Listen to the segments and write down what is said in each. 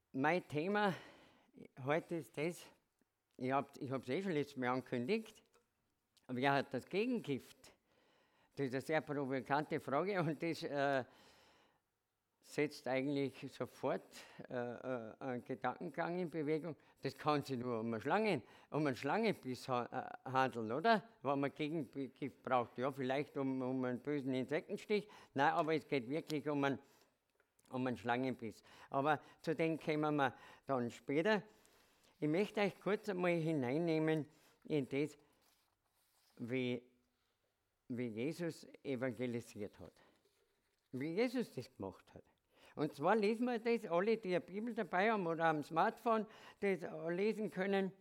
Mein Thema heute ist das, ich habe es schon letztes Mal angekündigt, aber wer hat das Gegengift? Das ist eine sehr provokante Frage und das setzt eigentlich sofort einen Gedankengang in Bewegung. Das kann sich nur um einen Schlangenbiss handeln, oder? Wenn man Gegengift braucht. Ja, vielleicht um einen bösen Insektenstich. Nein, aber es geht wirklich um einen Schlangenbiss. Aber zu dem kommen wir dann später. Ich möchte euch kurz einmal hineinnehmen in das, wie Jesus evangelisiert hat. Wie Jesus das gemacht hat. Und zwar lesen wir das, alle, die eine Bibel dabei haben oder am Smartphone das lesen können.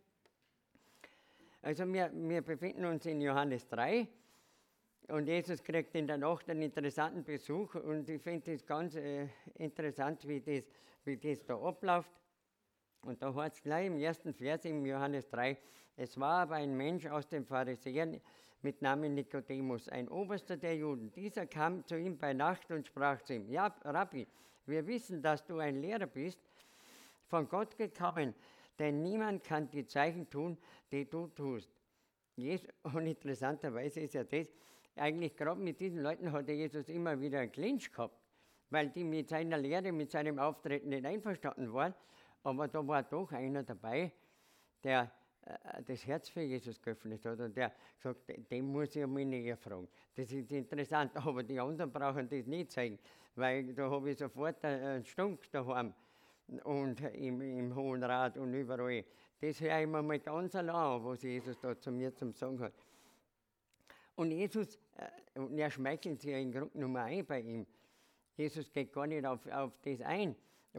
Also wir befinden uns in Johannes 3 und Jesus kriegt in der Nacht einen interessanten Besuch und ich finde das ganz interessant, wie das da abläuft. Und da heißt es gleich im ersten Vers im Johannes 3, es war aber ein Mensch aus den Pharisäern mit Namen Nikodemus, ein Oberster der Juden. Dieser kam zu ihm bei Nacht und sprach zu ihm, ja, Rabbi, wir wissen, dass du ein Lehrer bist, von Gott gekommen, denn niemand kann die Zeichen tun, die du tust. Und interessanterweise ist ja das, eigentlich gerade mit diesen Leuten hat Jesus immer wieder einen Clinch gehabt, weil die mit seiner Lehre, mit seinem Auftreten nicht einverstanden waren. Aber da war doch einer dabei, der das Herz für Jesus geöffnet hat und der gesagt, den muss ich einmal näher fragen. Das ist interessant, aber die anderen brauchen das nicht zeigen, weil da habe ich sofort einen Stunk daheim und im Hohen Rat und überall. Das höre ich mir mal ganz allein, was Jesus da zu mir zum Sagen hat. Und Jesus, er schmeichelt sich ja in Grund Nummer 1 bei ihm. Jesus geht gar nicht auf das ein,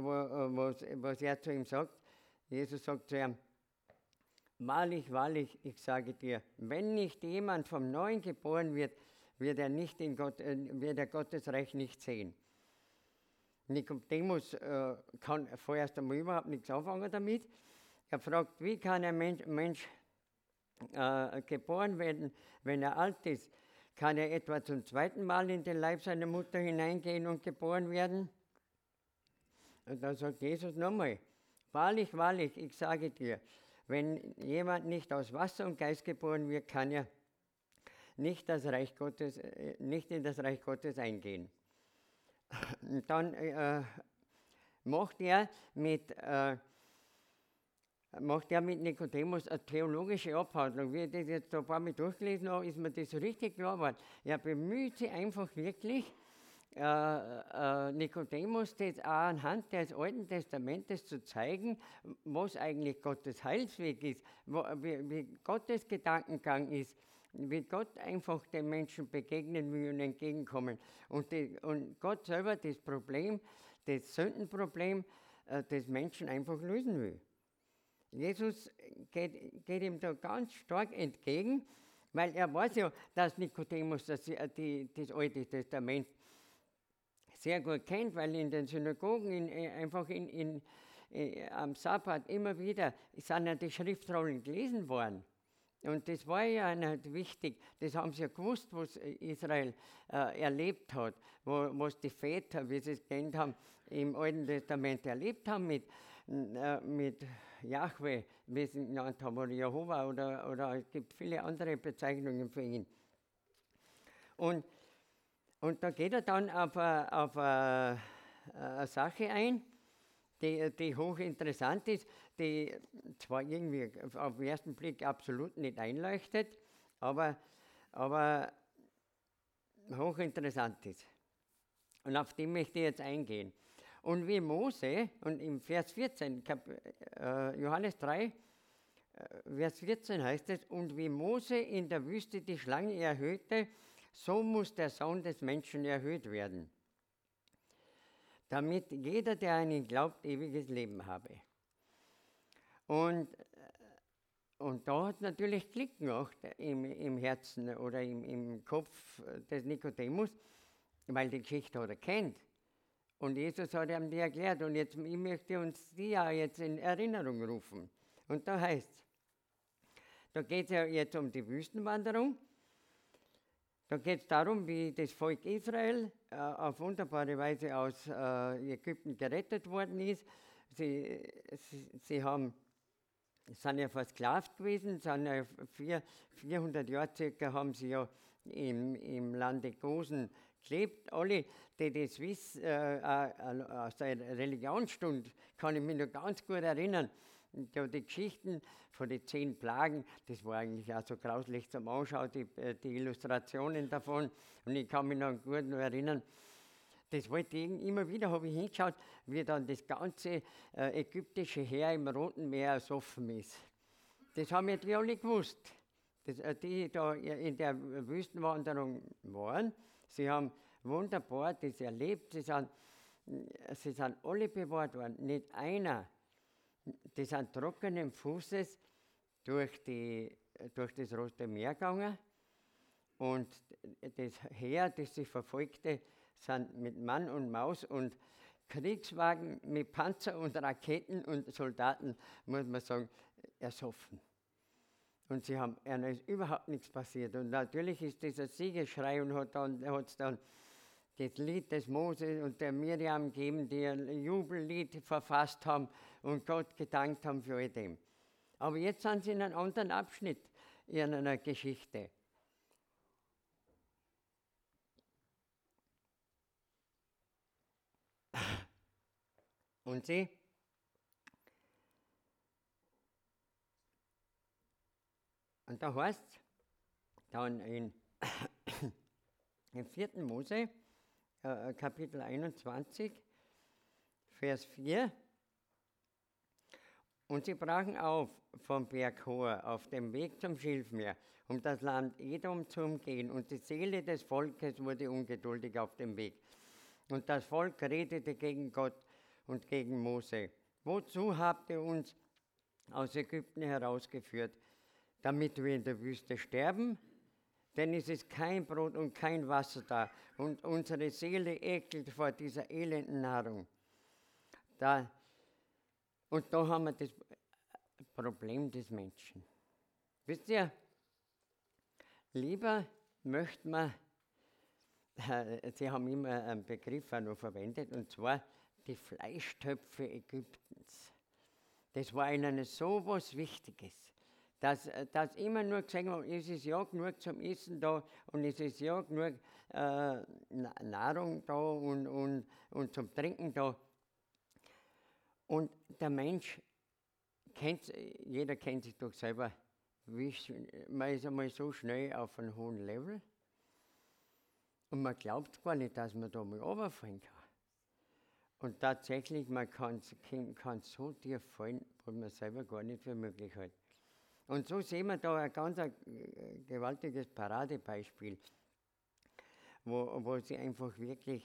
was er zu ihm sagt. Jesus sagt zu ihm, wahrlich, wahrlich, ich sage dir, wenn nicht jemand vom Neuen geboren wird, wird er Gottes Reich nicht sehen. Nikodemus kann vorerst einmal überhaupt nichts anfangen damit. Er fragt, wie kann ein Mensch geboren werden, wenn er alt ist? Kann er etwa zum zweiten Mal in den Leib seiner Mutter hineingehen und geboren werden? Und dann sagt Jesus nochmal, wahrlich, wahrlich, ich sage dir, wenn jemand nicht aus Wasser und Geist geboren wird, kann er nicht in das Reich Gottes eingehen. Und dann macht er mit Nikodemus eine theologische Abhandlung. Wie ich das jetzt ein paar Mal durchgelesen habe, ist mir das so richtig klar geworden. Er bemüht sich einfach wirklich, Nikodemus das auch anhand des Alten Testamentes zu zeigen, was eigentlich Gottes Heilsweg ist, wie Gottes Gedankengang ist, wie Gott einfach den Menschen begegnen will und entgegenkommen. Und Gott selber das Problem, das Sündenproblem des Menschen einfach lösen will. Jesus geht ihm da ganz stark entgegen, weil er weiß ja, dass Nikodemus das Alte Testament sehr gut kennt, weil in den Synagogen am Sabbat immer wieder sind ja die Schriftrollen gelesen worden. Und das war ja nicht wichtig, das haben sie ja gewusst, was Israel erlebt hat, was die Väter, wie sie es genannt haben, im Alten Testament erlebt haben mit Jahwe, wie sie ihn genannt haben, oder Jehova, oder es gibt viele andere Bezeichnungen für ihn. Und da geht er dann auf eine Sache ein, die hochinteressant ist, die zwar irgendwie auf den ersten Blick absolut nicht einleuchtet, aber hochinteressant ist. Und auf die möchte ich jetzt eingehen. Und wie Mose, und im Vers 14, Johannes 3, Vers 14 heißt es, und wie Mose in der Wüste die Schlange erhöhte, so muss der Sohn des Menschen erhöht werden, damit jeder, der an ihn glaubt, ewiges Leben habe. Und da hat es natürlich Klick gemacht im Herzen oder im Kopf des Nikodemus, weil die Geschichte hat er kennt. Und Jesus hat ihm die erklärt. Und jetzt, ich möchte uns die ja jetzt in Erinnerung rufen. Und da heißt es, da geht es ja jetzt um die Wüstenwanderung. Da geht es darum, wie das Volk Israel auf wunderbare Weise aus Ägypten gerettet worden ist, sie sind ja versklavt gewesen, sind ja 400 Jahre circa haben sie ja im Lande Gosen gelebt. Alle, die das wissen, aus der Religionsstunde, kann ich mich noch ganz gut erinnern. Die Geschichten von den 10 Plagen, das war eigentlich auch so grauslich zum Anschauen, die Illustrationen davon. Und ich kann mich noch gut noch erinnern, das wollte ich immer wieder, habe ich hingeschaut, wie dann das ganze ägyptische Heer im Roten Meer ersoffen ist. Das haben ja die alle gewusst, die da in der Wüstenwanderung waren. Sie haben wunderbar das erlebt, sie sind alle bewahrt worden, nicht einer. Die sind trockenen Fußes durch das Rote Meer gegangen und das Heer, das sie verfolgte, sind mit Mann und Maus und Kriegswagen mit Panzer und Raketen und Soldaten, muss man sagen, ersoffen. Und ihnen ist überhaupt nichts passiert. Und natürlich ist dieser Siegesschrei und hat es dann das Lied des Moses und der Miriam gegeben, die ein Jubellied verfasst haben und Gott gedankt haben für all dem. Aber jetzt sind sie in einem anderen Abschnitt ihrer Geschichte. Und da heißt es dann im 4. Mose, Kapitel 21, Vers 4. Und sie brachen auf vom Berg Hor auf dem Weg zum Schilfmeer, um das Land Edom zu umgehen. Und die Seele des Volkes wurde ungeduldig auf dem Weg. Und das Volk redete gegen Gott und gegen Mose. Wozu habt ihr uns aus Ägypten herausgeführt, damit wir in der Wüste sterben? Denn es ist kein Brot und kein Wasser da, und unsere Seele ekelt vor dieser elenden Nahrung. Und da haben wir das Problem des Menschen. Wisst ihr, lieber möchte man, sie haben immer einen Begriff auch noch verwendet, und zwar die Fleischtöpfe Ägyptens. Das war ihnen so was Wichtiges, dass immer nur gesagt haben, es ist ja genug zum Essen da und es ist ja genug Nahrung da und zum Trinken da. Und der Mensch jeder kennt sich doch selber, man ist einmal so schnell auf einem hohen Level und man glaubt gar nicht, dass man da mal runterfallen kann. Und tatsächlich, man kann so tief fallen, was man selber gar nicht für möglich hält. Und so sehen wir da ein ganz gewaltiges Paradebeispiel, wo sie einfach wirklich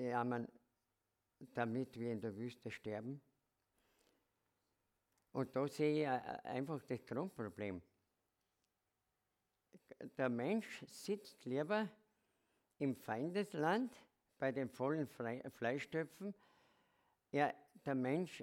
damit wir in der Wüste sterben. Und da sehe ich einfach das Grundproblem. Der Mensch sitzt lieber im Feindesland bei den vollen Fleischtöpfen. Der Mensch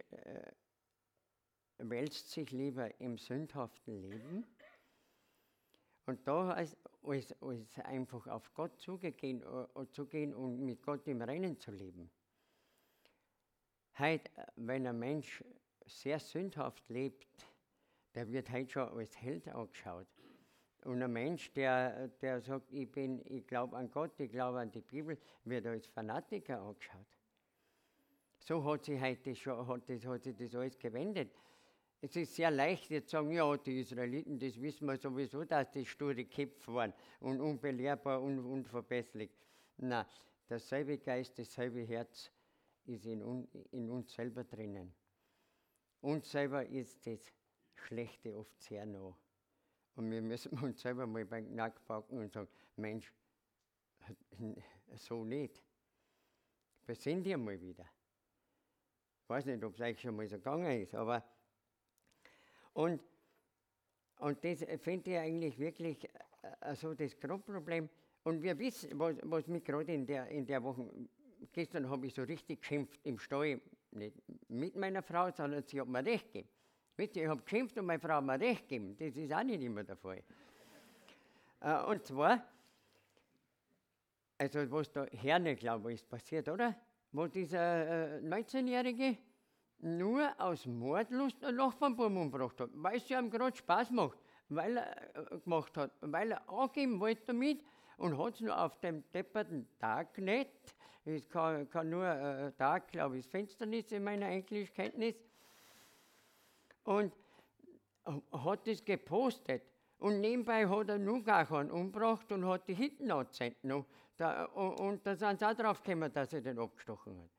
wälzt sich lieber im sündhaften Leben. Und da als einfach auf Gott zugehen und mit Gott im Rennen zu leben. Heute, wenn ein Mensch sehr sündhaft lebt, der wird heute schon als Held angeschaut. Und ein Mensch, der sagt, ich glaube an Gott, ich glaube an die Bibel, wird als Fanatiker angeschaut. So hat sich das alles gewendet. Es ist sehr leicht, jetzt zu sagen, ja, die Israeliten, das wissen wir sowieso, dass die sture Köpfe waren und unbelehrbar und unverbesserlich. Nein, derselbe Geist, dasselbe Herz ist in uns selber drinnen. Uns selber ist das Schlechte oft sehr nah. Und wir müssen uns selber mal beim Nack packen und sagen, Mensch, so nicht. Besinn dich mal wieder. Ich weiß nicht, ob es euch schon mal so gegangen ist, aber und das finde ich eigentlich wirklich so das Grundproblem. Und wir wissen, was mich gerade in der Woche, gestern habe ich so richtig geschimpft im Stall, nicht mit meiner Frau, sondern sie hat mir recht gegeben. Wisst ihr, ich habe geschimpft und meine Frau hat mir recht gegeben. Das ist auch nicht immer der Fall. Und zwar, also was da Herne, glaube ich, ist passiert, oder? Wo dieser 19-Jährige nur aus Mordlust einen Nachbarnbuben umgebracht hat, weil es ihm gerade Spaß macht, weil er gemacht hat, weil er angeben wollte damit und hat es nur auf dem depperten Tag nicht. Es kann nur Tag, glaube ich, das Fensternis in meiner Englischkenntnis. Und hat das gepostet. Und nebenbei hat er nur gar keinen umgebracht und hat die hinten angezündet. Und da sind sie auch drauf gekommen, dass er den abgestochen hat.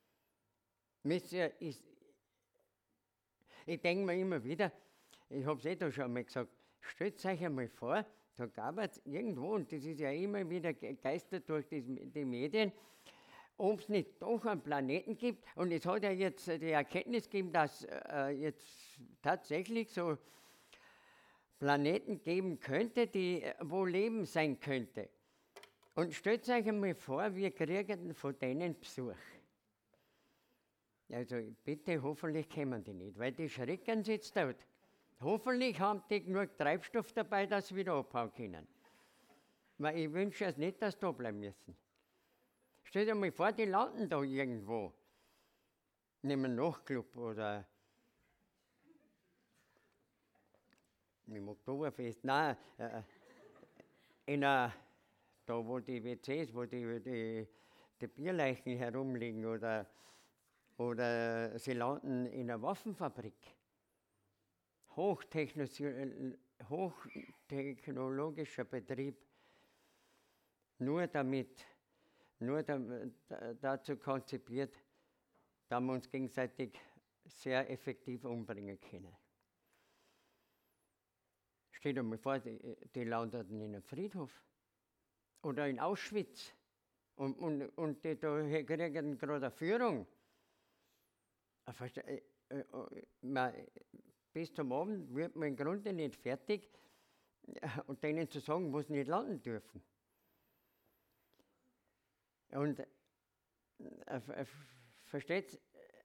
Ich denke mir immer wieder, ich habe es da schon einmal gesagt, stellt euch einmal vor, da gab es irgendwo, und das ist ja immer wieder gegeistert durch die Medien, ob es nicht doch einen Planeten gibt. Und es hat ja jetzt die Erkenntnis gegeben, dass jetzt tatsächlich so Planeten geben könnte, wo Leben sein könnte. Und stellt euch einmal vor, wir kriegen von denen Besuch. Also bitte, hoffentlich kommen die nicht, weil die schrecken sich jetzt dort. Hoffentlich haben die genug Treibstoff dabei, dass sie wieder abhauen können. Weil ich wünsche es nicht, dass sie da bleiben müssen. Stell dir mal vor, die landen da irgendwo. Nehmen einen Nachtclub oder im Oktoberfest. Nein, da wo die WCs, wo die Bierleichen herumliegen oder sie landen in einer Waffenfabrik. Hochtechnologischer Betrieb. Nur dazu konzipiert, dass wir uns gegenseitig sehr effektiv umbringen können. Stell dir mal vor, die landeten in einem Friedhof oder in Auschwitz und die da kriegen gerade eine Führung. Bis zum Abend wird man im Grunde nicht fertig und denen zu sagen, wo sie nicht landen dürfen. Und versteht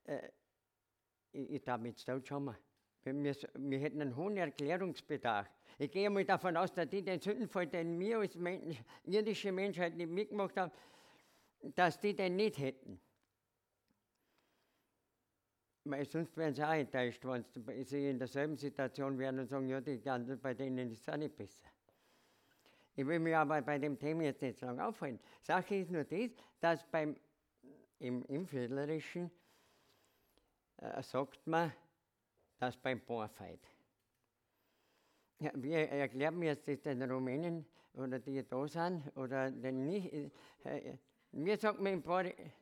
ich darf jetzt dort schauen. Wir hätten einen hohen Erklärungsbedarf. Ich gehe mal davon aus, dass die den Sündenfall, den wir als irdische Menschheit nicht mitgemacht haben, dass die den nicht hätten. Weil sonst wären sie auch enttäuscht, wenn sie in derselben Situation wären und sagen, ja, bei denen ist es auch nicht besser. Ich will mich aber bei dem Thema jetzt nicht so lange aufhalten. Sache ist nur das, dass im Viertlerischen sagt man, dass beim Bohrfight. Ja, wie erklären wir jetzt das den Rumänen oder die da sind oder den nicht? Mir sagt man im Bohr,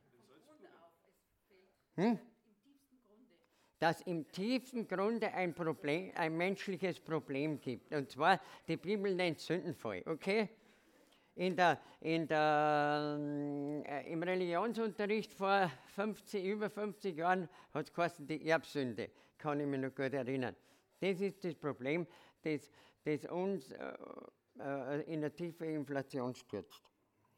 dass im tiefsten Grunde ein menschliches Problem gibt. Und zwar, die Bibel nennt Sündenfall, okay? Im Religionsunterricht vor über 50 Jahren hat es geheißen, die Erbsünde, kann ich mich noch gut erinnern. Das ist das Problem, das uns in eine tiefe Inflation stürzt.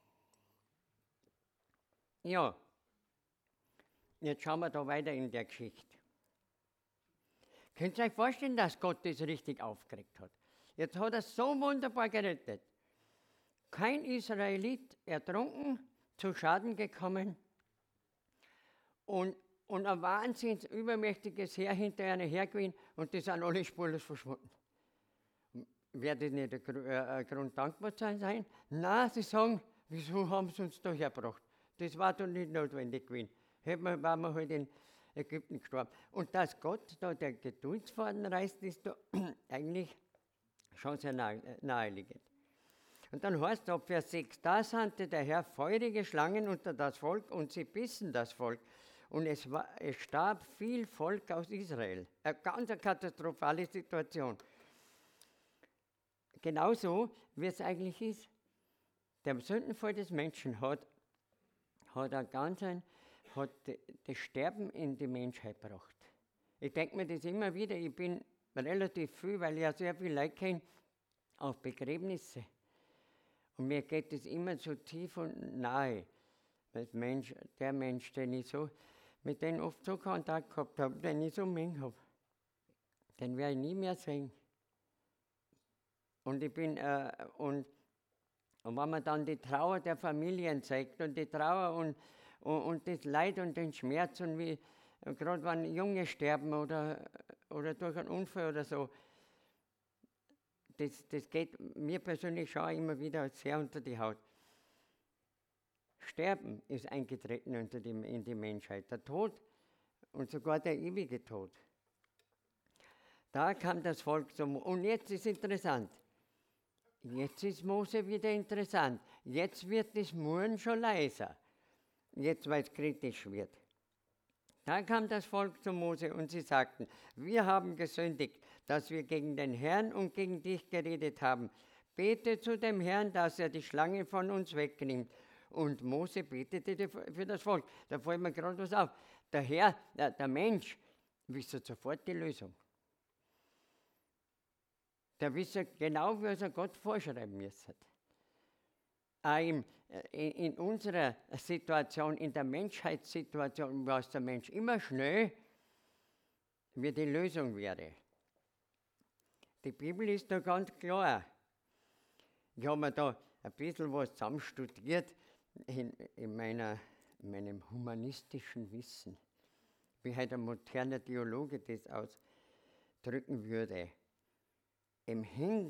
Ja, jetzt schauen wir da weiter in der Geschichte. Könnt ihr euch vorstellen, dass Gott das richtig aufgeregt hat? Jetzt hat er so wunderbar gerettet. Kein Israelit ertrunken, zu Schaden gekommen und ein wahnsinns übermächtiges Heer hinter einer hergewesen und die sind alle spurlos verschwunden. Wird das nicht ein Grund dankbar zu sein? Nein, sie sagen, wieso haben sie uns da hergebracht? Das war doch nicht notwendig gewesen. Waren wir halt in Ägypten gestorben. Und dass Gott da der Geduldsfaden reißt, ist da eigentlich schon sehr naheliegend. Und dann heißt es ab Vers 6, da sandte der Herr feurige Schlangen unter das Volk und sie bissen das Volk. Und es starb viel Volk aus Israel. Eine ganz katastrophale Situation. Genauso wie es eigentlich ist. Der Sündenfall des Menschen hat das Sterben in die Menschheit gebracht. Ich denke mir das immer wieder, ich bin relativ viel, weil ich ja sehr viel Leute kenne, auf Begräbnisse. Und mir geht das immer so tief und nahe. Der Mensch, den ich so, mit dem oft so Kontakt gehabt habe, den ich so mengen habe, den werde ich nie mehr sehen. Und und wenn man dann die Trauer der Familien zeigt und die Trauer und das Leid und den Schmerz und wie gerade wenn Junge sterben oder durch einen Unfall oder so, das geht mir persönlich schon immer wieder sehr unter die Haut. Sterben ist eingetreten in die Menschheit, der Tod und sogar der ewige Tod. Da kam das Volk zum. Und jetzt ist interessant. Jetzt ist Mose wieder interessant. Jetzt wird das Murren schon leiser. Jetzt, weil es kritisch wird. Da kam das Volk zu Mose und sie sagten, wir haben gesündigt, dass wir gegen den Herrn und gegen dich geredet haben. Bete zu dem Herrn, dass er die Schlange von uns wegnimmt. Und Mose betete für das Volk. Da fällt mir gerade was auf. Der Herr, der Mensch, wusste sofort die Lösung. Der wusste genau, was er Gott vorschreiben müsste. Auch in unserer Situation, in der Menschheitssituation, was der Mensch immer schnell, wie die Lösung wäre. Die Bibel ist da ganz klar. Ich habe mir da ein bisschen was zusammen studiert in meinem humanistischen Wissen, wie heute ein moderner Theologe das ausdrücken würde. Im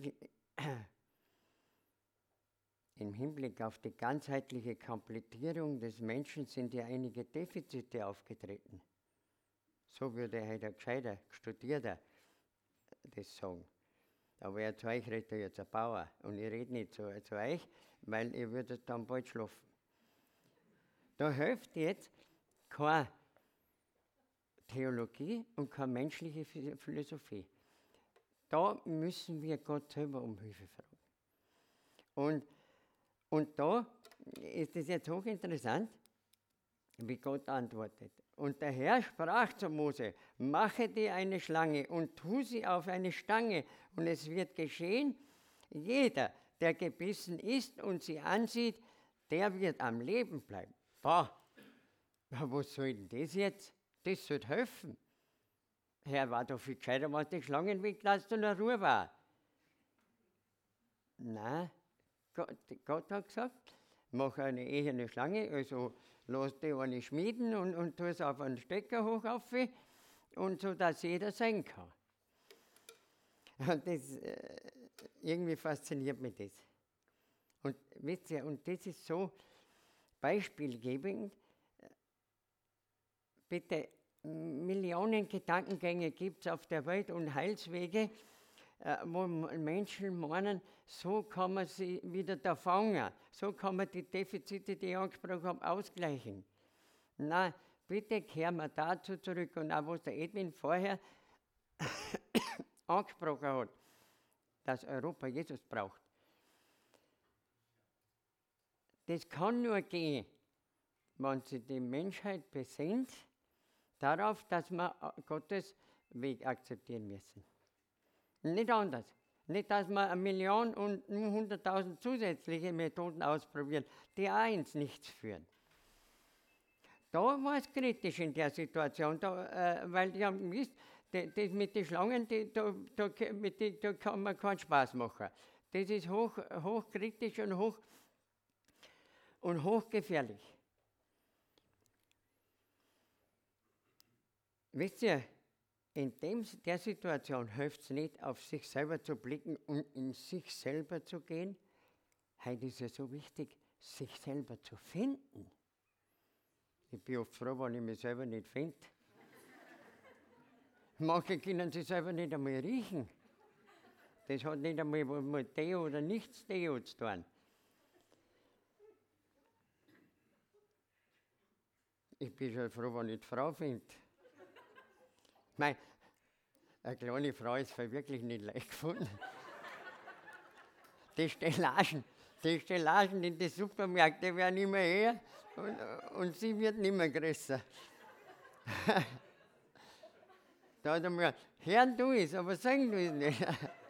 Hinblick auf die ganzheitliche Komplettierung des Menschen sind ja einige Defizite aufgetreten. So würde heute ein gescheiter, Studierter das sagen. Aber er zu euch redet jetzt ein Bauer und ich rede nicht zu euch, weil ihr würdet dann bald schlafen. Da hilft jetzt keine Theologie und keine menschliche Philosophie. Da müssen wir Gott selber um Hilfe fragen. Und da ist es jetzt hochinteressant, wie Gott antwortet. Und der Herr sprach zu Mose, mache dir eine Schlange und tu sie auf eine Stange, und es wird geschehen, jeder, der gebissen ist und sie ansieht, der wird am Leben bleiben. Boah, was soll denn das jetzt? Das soll helfen. Herr, war doch viel gescheiter, wenn die Schlangen weglässt und eine Ruhe war. Nein, Gott hat gesagt, mach eine eherne Schlange, also lass die eine schmieden und tu es auf einen Stecker hoch auf, und so, dass jeder sehen kann. Und das, irgendwie fasziniert mich das. Und wisst ihr, und das ist so beispielgebend. Bitte, Millionen Gedankengänge gibt es auf der Welt und Heilswege, wo Menschen meinen, so kann man sie wieder da fangen, so kann man die Defizite, die ich angesprochen habe, ausgleichen. Nein, bitte kehren wir dazu zurück, und auch was der Edwin vorher angesprochen hat, dass Europa Jesus braucht. Das kann nur gehen, wenn sich die Menschheit besinnt darauf, dass wir Gottes Weg akzeptieren müssen. Nicht anders. Nicht, dass wir 1 Million und 100.000 zusätzliche Methoden ausprobieren, die auch ins Nichts führen. Da war es kritisch in der Situation, weil die haben gewusst, das mit den Schlangen, da kann man keinen Spaß machen. Das ist hochkritisch und hochgefährlich. Wisst ihr, in der Situation hilft es nicht, auf sich selber zu blicken und in sich selber zu gehen. Heute ist es so wichtig, sich selber zu finden. Ich bin oft froh, wenn ich mich selber nicht finde. Manche können sich selber nicht einmal riechen. Das hat nicht einmal mit Deo oder nichts Deo zu tun. Ich bin schon froh, wenn ich die Frau finde. Eine kleine Frau ist wirklich nicht leicht gefunden. Die Stellagen in den Supermärkten werden immer höher und sie wird nicht mehr größer. Da hat er mir gesagt, hören du es, aber sagen du es nicht.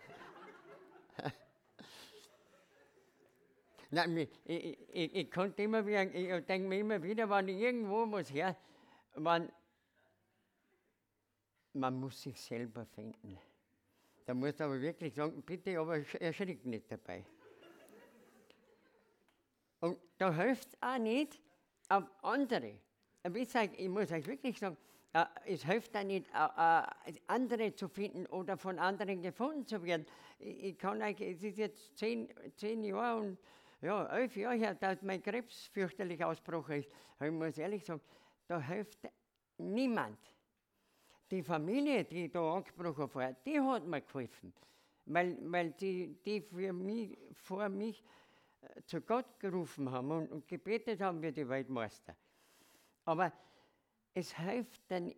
Nein, ich konnte immer wieder, ich denke mir immer wieder, wenn ich irgendwo was her, man muss sich selber finden. Da musst du aber wirklich sagen, bitte, aber erschrick nicht dabei. Und da hilft es auch nicht auf andere. Ich muss euch wirklich sagen, Es hilft auch nicht, andere zu finden oder von anderen gefunden zu werden. Ich kann euch, es ist jetzt 10 Jahre und ja, 11 Jahre her, dass mein Krebs fürchterlich ausgebrochen ist. Aber ich muss ehrlich sagen, da hilft niemand. Die Familie, die da angebrochen war, die hat mir geholfen. Weil die vor mich zu Gott gerufen haben und gebetet haben wie die Weltmeister. Aber es hilft dann,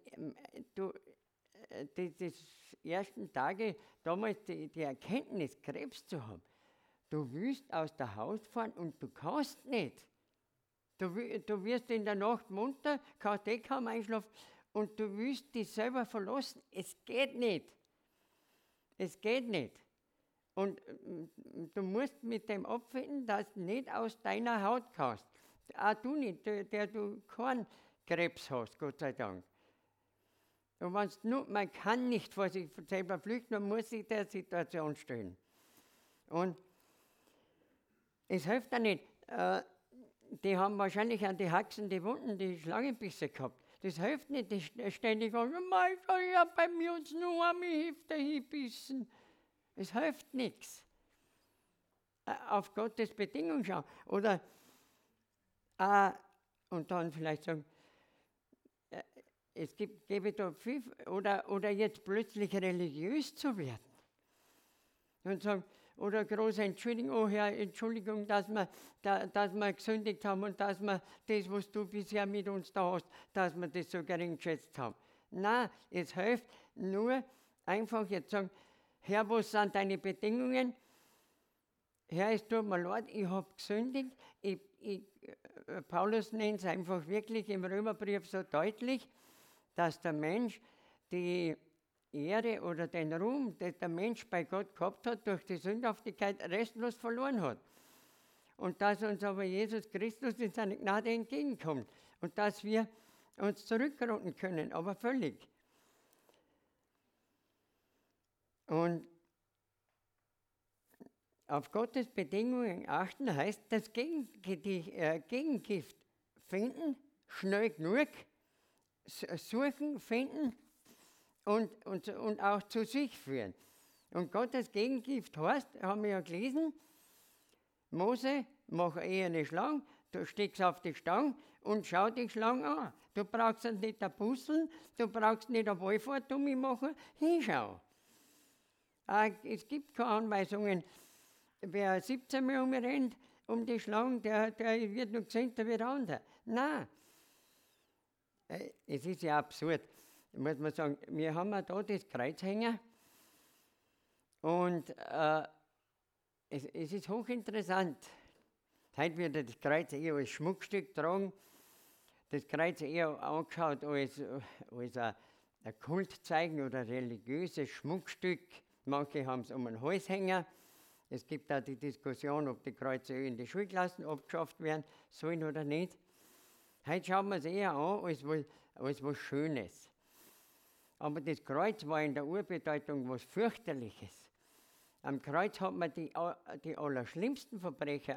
die ersten Tage, damals die Erkenntnis, Krebs zu haben. Du willst aus der Haus fahren und du kannst nicht. Du wirst in der Nacht munter, kannst kaum einschlafen und du willst dich selber verlassen. Es geht nicht. Es geht nicht. Und du musst mit dem abfinden, dass du nicht aus deiner Haut kannst. Auch du nicht, der du keinen Krebs hast, Gott sei Dank. Und man kann nicht vor sich selber flüchten, man muss sich der Situation stellen. Und es hilft auch nicht. Die haben wahrscheinlich an die Haxen, die Wunden, die Schlangenbisse gehabt. Das hilft nicht, die ständig sagen, Meister, ja, bei mir uns nur am Hüfte hinbissen. Es hilft nichts. Auf Gottes Bedingung schauen. Oder, und dann vielleicht sagen, es gäbe da viel, oder jetzt plötzlich religiös zu werden. Und sagen, oder große Entschuldigung, oh Herr, Entschuldigung, dass wir gesündigt haben und dass wir das, was du bisher mit uns da hast, dass wir das so gering geschätzt haben. Nein, es hilft nur einfach jetzt sagen, Herr, was sind deine Bedingungen? Herr, es tut mir leid, ich habe gesündigt. Paulus nennt es einfach wirklich im Römerbrief so deutlich, dass der Mensch die Ehre oder den Ruhm, den der Mensch bei Gott gehabt hat, durch die Sündhaftigkeit restlos verloren hat. Und dass uns aber Jesus Christus in seiner Gnade entgegenkommt und dass wir uns zurückrotten können, aber völlig. Und auf Gottes Bedingungen achten heißt, das Gegengift finden, schnell genug, suchen, finden und auch zu sich führen. Und Gottes Gegengift heißt, haben wir ja gelesen, Mose, mach eher eine Schlange, du steckst auf die Stange und schau die Schlange an. Du brauchst nicht ein Puzzle, du brauchst nicht eine Wallfahrt machen, hinschau. Es gibt keine Anweisungen, wer 17 Mal umrennt um die Schlange, der wird noch gesehen, der wird andere. Nein. Es ist ja absurd, muss man sagen. Wir haben ja da das Kreuz hängen und es ist hochinteressant. Heute wird das Kreuz eher als Schmuckstück tragen, das Kreuz eher angeschaut als ein Kultzeichen oder religiöses Schmuckstück. Manche haben es um den Hals hängen. Es gibt auch die Diskussion, ob die Kreuze in die Schulklassen abgeschafft werden sollen oder nicht. Heute schauen wir es eher an als was Schönes. Aber das Kreuz war in der Urbedeutung was Fürchterliches. Am Kreuz hat man die allerschlimmsten Verbrecher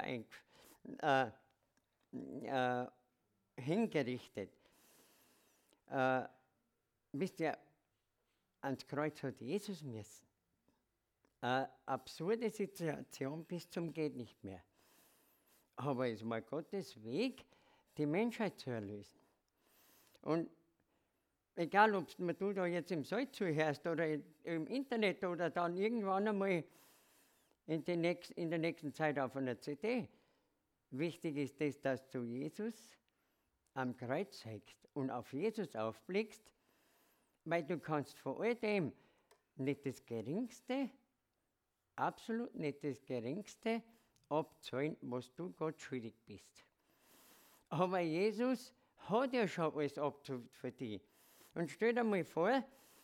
hingerichtet. Wisst ihr, ans Kreuz hat Jesus müssen. Eine absurde Situation bis zum geht nicht mehr. Aber es war Gottes Weg, die Menschheit zu erlösen. Und egal, ob du da jetzt im Saal zuhörst oder im Internet oder dann irgendwann einmal in der nächsten Zeit auf einer CD, wichtig ist es, dass du Jesus am Kreuz hängst und auf Jesus aufblickst, weil du kannst von all dem nicht das Geringste, absolut nicht das Geringste abzahlen, was du Gott schuldig bist. Aber Jesus hat ja schon alles abzahlt für dich. Und stell dir mal vor,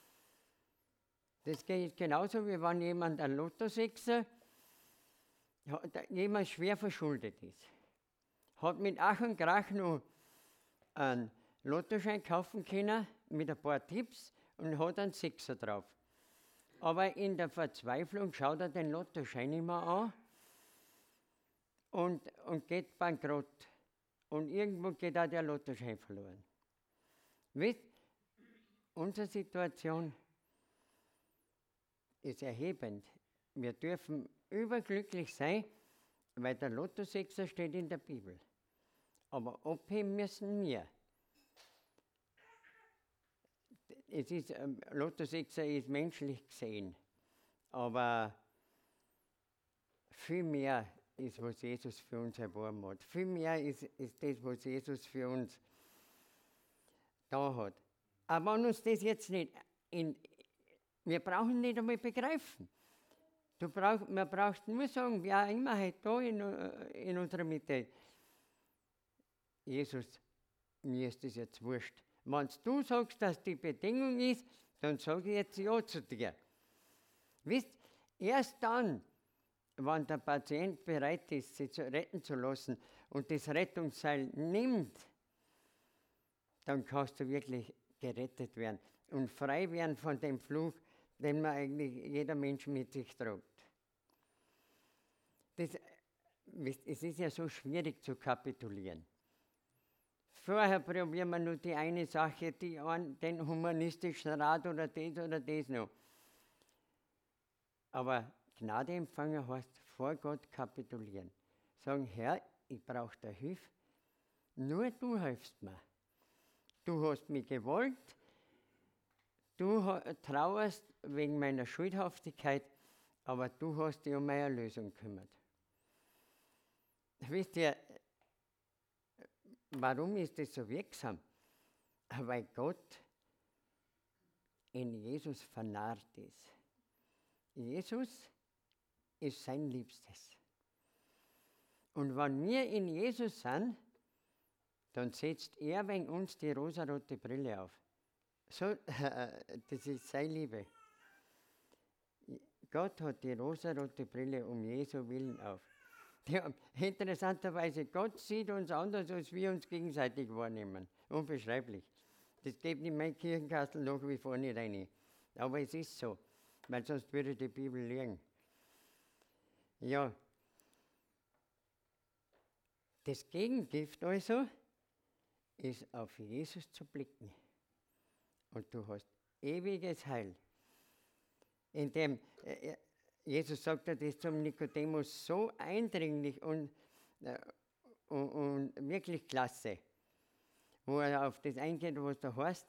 das geht genauso, wie wenn jemand ein Lottosechser, jemand schwer verschuldet ist. Hat mit Ach und Krach noch einen Lottoschein kaufen können, mit ein paar Tipps und hat einen Sechser drauf. Aber in der Verzweiflung schaut er den Lottoschein immer an und geht bankrott. Und irgendwo geht auch der Lottoschein verloren. Wisst, unsere Situation ist erhebend. Wir dürfen überglücklich sein, weil der Lottosechser steht in der Bibel. Aber abheben müssen wir. Es ist, Lottosechser ist menschlich gesehen, aber viel mehr ist, was Jesus für uns erworben hat. Viel mehr ist das, was Jesus für uns da hat. Aber wenn uns das jetzt nicht, wir brauchen nicht einmal begreifen. Man braucht nur sagen, wer immer heute da in unserer Mitte, Jesus, mir ist das jetzt wurscht. Wenn du sagst, dass die Bedingung ist, dann sage ich jetzt Ja zu dir. Wisst, erst dann, wenn der Patient bereit ist, sich retten zu lassen und das Rettungsseil nimmt, dann kannst du wirklich gerettet werden und frei werden von dem Fluch, den man eigentlich jeder Mensch mit sich trägt. Es ist ja so schwierig zu kapitulieren. Vorher probieren wir nur die eine Sache, den humanistischen Rat oder das noch. Aber Gnade empfangen heißt vor Gott kapitulieren. Sagen, Herr, ich brauche da Hilfe, nur du hilfst mir. Du hast mich gewollt, du trauerst wegen meiner Schuldhaftigkeit, aber du hast dich um meine Erlösung gekümmert. Wisst ihr, warum ist das so wirksam? Weil Gott in Jesus vernarrt ist. Jesus ist sein Liebstes. Und wenn wir in Jesus sind, dann setzt er wegen uns die rosarote Brille auf. So, das ist seine Liebe. Gott hat die rosarote Brille um Jesu Willen auf. Ja, interessanterweise, Gott sieht uns anders, als wir uns gegenseitig wahrnehmen. Unbeschreiblich. Das geht in mein Kirchenkastel nach wie vor nicht rein. Aber es ist so, weil sonst würde die Bibel liegen. Ja. Das Gegengift also ist auf Jesus zu blicken. Und du hast ewiges Heil. Indem Jesus sagt ja das zum Nikodemus so eindringlich und wirklich klasse, wo er auf das eingeht, was da heißt.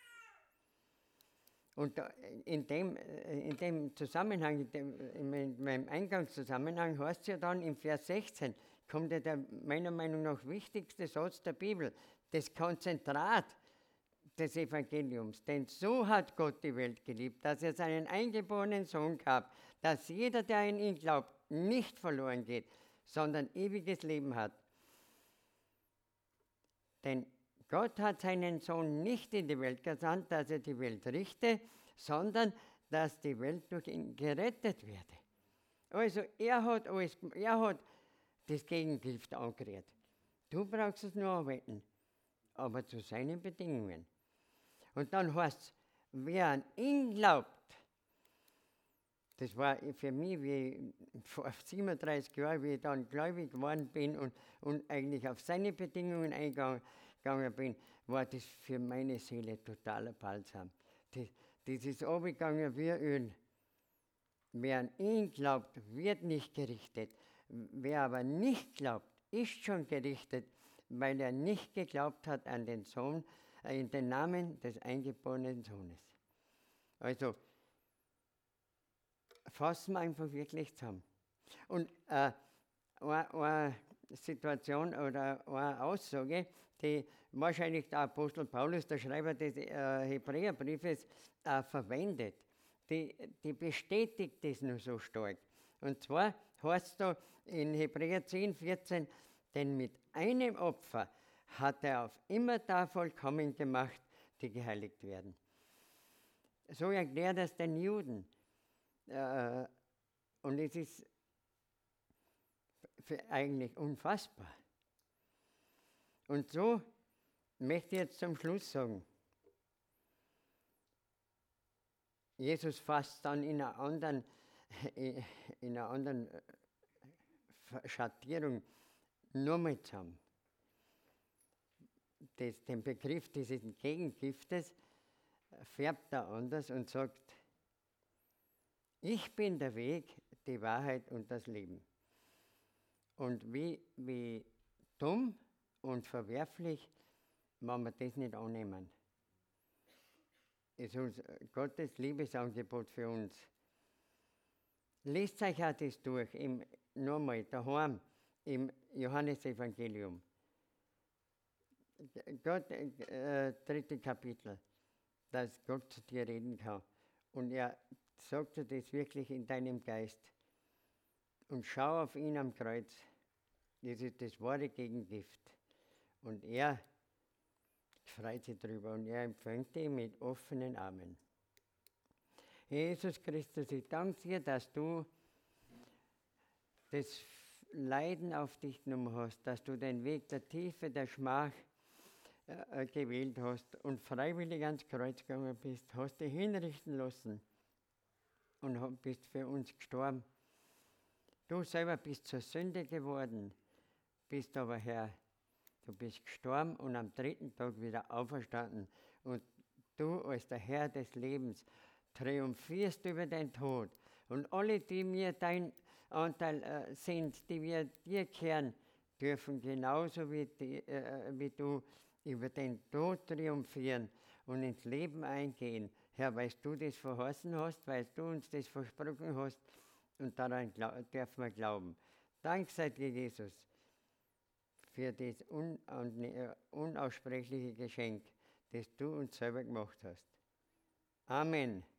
Und da, in dem Zusammenhang, in meinem Eingangszusammenhang heißt es ja dann im Vers 16, kommt ja der meiner Meinung nach wichtigste Satz der Bibel, das Konzentrat des Evangeliums. Denn so hat Gott die Welt geliebt, dass er seinen eingeborenen Sohn gab, dass jeder, der an ihn glaubt, nicht verloren geht, sondern ewiges Leben hat. Denn Gott hat seinen Sohn nicht in die Welt gesandt, dass er die Welt richte, sondern dass die Welt durch ihn gerettet werde. Also er hat das Gegengift angerührt. Du brauchst es nur arbeiten, aber zu seinen Bedingungen. Und dann heißt es, wer an ihn glaubt, das war für mich wie vor 37 Jahren, wie ich dann gläubig geworden bin und eigentlich auf seine Bedingungen eingegangen bin, war das für meine Seele totaler Balsam. Das ist runtergegangen wie Öl. Wer an ihn glaubt, wird nicht gerichtet. Wer aber nicht glaubt, ist schon gerichtet, weil er nicht geglaubt hat an den Sohn, in den Namen des eingeborenen Sohnes. Also, fassen wir einfach wirklich zusammen. Und eine Situation oder eine Aussage, die wahrscheinlich der Apostel Paulus, der Schreiber des Hebräerbriefes, verwendet, die bestätigt das nur so stark. Und zwar heißt es da in Hebräer 10, 14, denn mit einem Opfer hat er auf immerdar vollkommen gemacht, die geheiligt werden. So erklärt es den Juden. Und es ist eigentlich unfassbar. Und so möchte ich jetzt zum Schluss sagen, Jesus fasst dann in einer anderen Schattierung nur mal zusammen. Den Begriff dieses Gegengiftes färbt er anders und sagt, ich bin der Weg, die Wahrheit und das Leben. Und wie dumm und verwerflich, wenn wir das nicht annehmen. Es ist Gottes Liebesangebot für uns. Lest euch auch das durch, nochmal daheim, im Johannesevangelium. Gott, 3. Kapitel, dass Gott zu dir reden kann. Und er sagt dir das wirklich in deinem Geist. Und schau auf ihn am Kreuz. Das ist das wahre Gegengift. Und er freut sich drüber und er empfängt dich mit offenen Armen. Jesus Christus, ich danke dir, dass du das Leiden auf dich genommen hast, dass du den Weg der Tiefe, der Schmach gewählt hast und freiwillig ans Kreuz gegangen bist, hast dich hinrichten lassen und bist für uns gestorben. Du selber bist zur Sünde geworden, bist aber Herr, du bist gestorben und am 3. Tag wieder auferstanden. Und du als der Herr des Lebens triumphierst über den Tod. Und alle, die mir dein Anteil sind, die wir dir kehren, dürfen genauso wie du über den Tod triumphieren und ins Leben eingehen. Herr, weil du das verheißen hast, weil du uns das versprochen hast und daran dürfen wir glauben. Dank sei dir, Jesus, für das unaussprechliche Geschenk, das du uns selber gemacht hast. Amen.